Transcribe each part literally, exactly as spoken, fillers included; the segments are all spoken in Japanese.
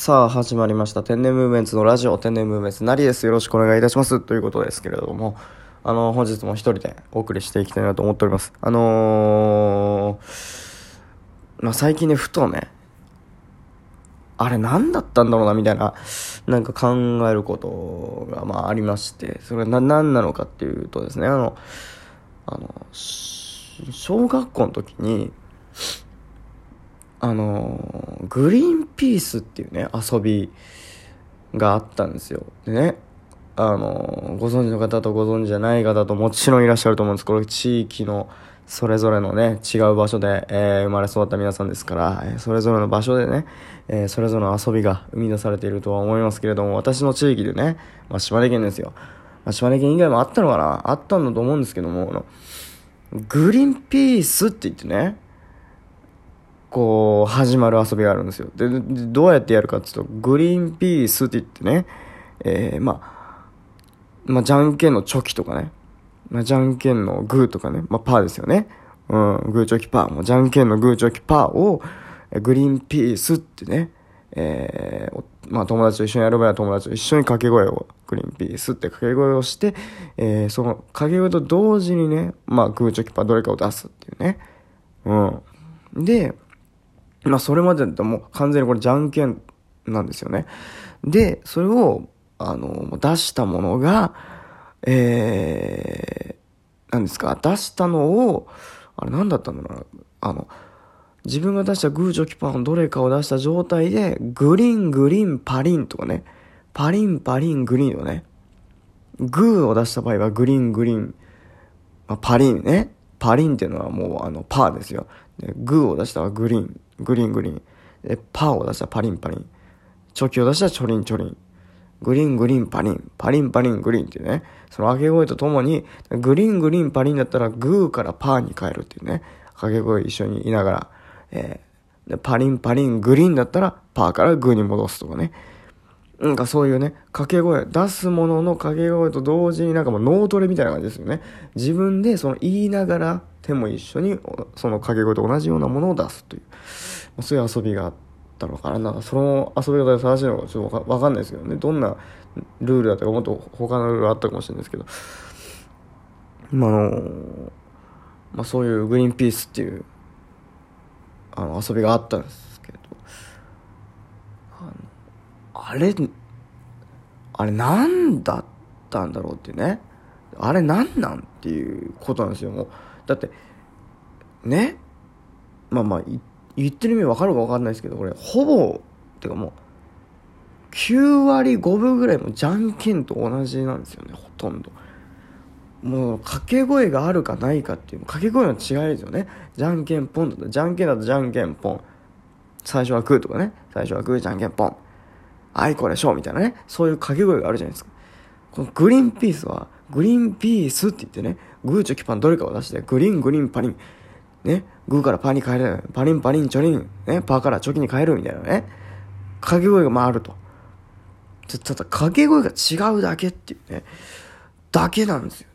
さあ始まりました天然ムーブメンツのラジオ、天然ムーブメンツなりです。よろしくお願いいたしますということですけれども、あの本日も一人でお送りしていきたいなと思っております。あのー、まあ最近ねふとねあれ何だったんだろうなみたいななんか考えることがまあありまして、それはな何なのかっていうとですね、あのあの小学校の時にあのグリーンピースっていうね遊びがあったんですよ。でね、あのご存知の方とご存知じゃない方ともちろんいらっしゃると思うんです。これ地域のそれぞれのね違う場所で、えー生まれ育った皆さんですから、えーそれぞれの場所でね、えーそれぞれの遊びが生み出されているとは思いますけれども、私の地域でね、まあ、島根県ですよ、まあ、島根県以外もあったのかなあったんだと思うんですけども、あのグリーンピースって言ってねこう始まる遊びがあるんですよ。でどうやってやるかっていうと、グリーンピースって言ってね、えー、まあまあじゃんけんのチョキとかね、まあ、じゃんけんのグーとかね、まあパーですよね。うん、グーチョキパーもじゃんけんのグーチョキパーをグリーンピースってね、えー、まあ友達と一緒にやる場合は友達と一緒に掛け声をグリーンピースって掛け声をして、えー、その掛け声と同時にね、まあグーチョキパーどれかを出すっていうね。うん。で、まあそれまでだともう完全にこれじゃんけんなんですよね。で、それを、あの、出したものが、えー、なんですか、出したのを、あれなんだったんだろうな、あの、自分が出したグーチョキパーのどれかを出した状態で、グリングリンパリンとかね、パリンパリングリーンをね、グーを出した場合はグリングリン、まあ、パリンね、パリンっていうのはもうあのパーですよ。でグーを出したらグリーン、グリーングリーン。でパーを出したらパリンパリン。チョキを出したらチョリンチョリン。グリーングリーンパリン、パリンパリングリーンっていうね、その掛け声とともに、グリーングリーンパリンだったらグーからパーに変えるっていうね、掛け声一緒に言いながら、えー、でパリンパリングリーンだったらパーからグーに戻すとかね。なんかそういうね、掛け声、出すものの掛け声と同時になんかもう脳トレみたいな感じですよね。自分でその言いながら手も一緒にその掛け声と同じようなものを出すという、そういう遊びがあったのかな。なんかその遊び方が正しいのかちょっとわかわかんないですけどね。どんなルールだったかもっと他のルールあったかもしれないですけど、今の、まあそういうグリーンピースっていうあの遊びがあったんですけど、あれ、あれなんだったんだろうっていうね。あれなんなんっていうことなんですよ。もうだってね、まあまあ言ってる意味わかるかわかんないですけど、これほぼてかもうきゅうわりごぶぐらいもじゃんけんと同じなんですよね。ほとんどもう掛け声があるかないかっていう掛け声の違いですよね。じゃんけんポンだとじゃんけんだとじゃんけんポン、最初はグーとかね、最初はグーじゃんけんポン、あいこれしょみたいなね、そういう掛け声があるじゃないですか。このグリーンピースはグリーンピースって言ってね、グーチョキパンどれかを出してグリーングリーンパリンね、グーからパーに変える、パリンパリンチョリンね、パーからチョキに変えるみたいなね、掛け声がまああると。ただ掛け声が違うだけっていうね、だけなんですよ。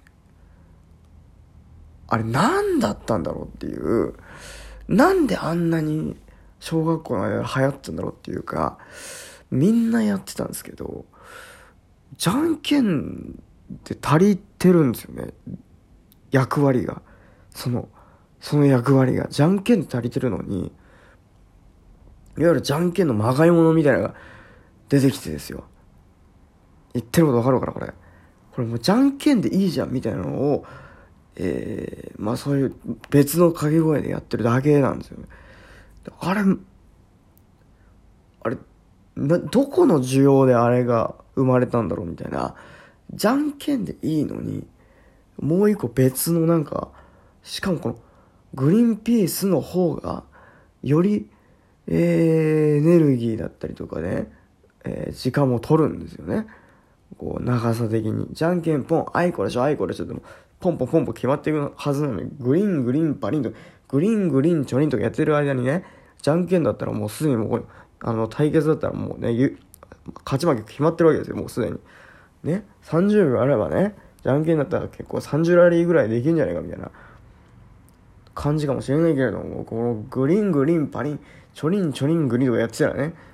あれ何だったんだろうっていう、なんであんなに小学校の間で流行ってんだろうっていうか、みんなやってたんですけど、じゃんけんって足りてるんですよね、役割が。そのその役割がじゃんけんって足りてるのに、いわゆるじゃんけんのまがいものみたいなのが出てきてですよ。言ってることわかるからこれこれもうじゃんけんでいいじゃんみたいなのを、えー、まあそういう別の掛け声でやってるだけなんですよね。あれあれな、どこの需要であれが生まれたんだろうみたいな。じゃんけんでいいのにもう一個別のなんか、しかもこのグリーンピースの方がより、えー、エネルギーだったりとかね、えー、時間も取るんですよね。こう長さ的にじゃんけんポン、あいこれしょあいこれしょでもポンポンポンポン決まっていくはずなのに、グリーングリーンパリンとグリーングリーンチョリンとかやってる間にね、じゃんけんだったらもうすでにもうあの対決だったらもうね、勝ち負け決まってるわけですよ。もうすでにね、さんじゅうびょうあればね、じゃんけんだったら結構さんじゅうラリーぐらいできるんじゃないかみたいな感じかもしれないけれども、このグリーングリーンパリンチョリンチョリングリーンとかやってたらね、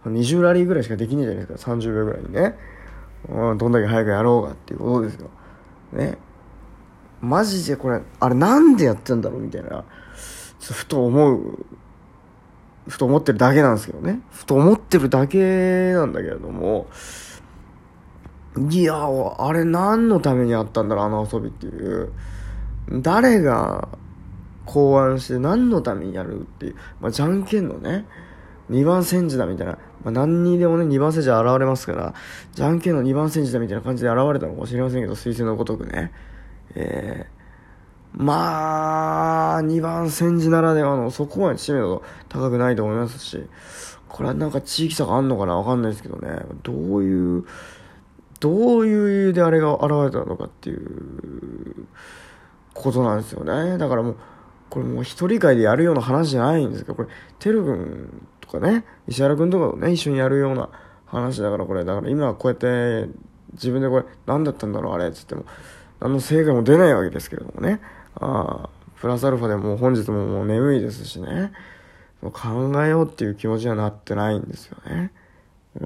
にじゅうラリーぐらいしかできないじゃないですか、さんじゅうびょうぐらいにね、うん、どんだけ早くやろうがっていうことですよね。マジでこれあれなんでやってんだろうみたいな、ちょっとふと思うふと思ってるだけなんですけどね。ふと思ってるだけなんだけれども、いや、あれ何のためにあったんだろう、あの遊びっていう。誰が考案して何のためにやるっていう。まあ、じゃんけんのね、にばん戦時だみたいな。まあ、何にでもね、にばん戦時現れますから、じゃんけんのにばん戦時だみたいな感じで現れたのかもしれませんけど、彗星のごとくね。えー、まあ、にばん戦時ならではの、そこまで知名度高くないと思いますし、これはなんか地域差があんのかなわかんないですけどね。どういう、どういう理由であれが現れたのかっていうことなんですよね。だからもうこれもう一人会でやるような話じゃないんですけど、これてるくんとかね、石原くんとかとね一緒にやるような話だから、これだから今こうやって自分でこれ何だったんだろうあれっつっても何の正解も出ないわけですけれどもね。ああプラスアルファでもう本日ももう眠いですしね、考えようっていう気持ちにはなってないんですよね。うん、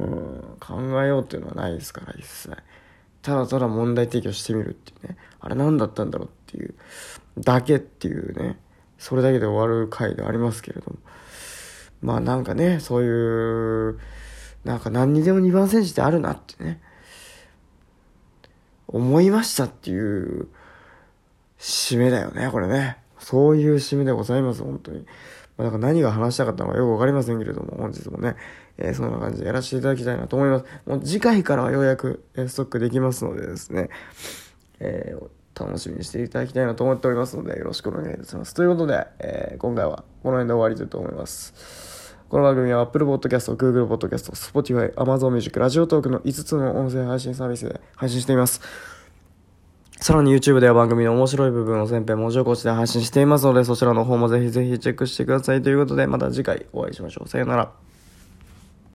考えようっていうのはないですから、一切ただただ問題提起をしてみるっていうね、あれ何だったんだろうっていうだけっていうね、それだけで終わる回ではありますけれども、まあなんかね、そういうなんか何にでもにばん戦士ってあるなってね思いましたっていう締めだよね、これね。そういう締めでございます、本当に。まあ、だから何が話したかったのかよくわかりませんけれども、本日もね、えー、そんな感じでやらせていただきたいなと思います。もう次回からはようやくストックできますのでですね、えー、楽しみにしていただきたいなと思っておりますので、よろしくお願いいたします。ということで、えー、今回はこの辺で終わりたいと思います。この番組は Apple Podcast、Google Podcast、Spotify、Amazon Music、ラジオトークのいつつの音声配信サービスで配信しています。さらに YouTube では番組の面白い部分を全編文字起こしで配信していますので、そちらの方もぜひぜひチェックしてくださいということで、また次回お会いしましょう。さよなら。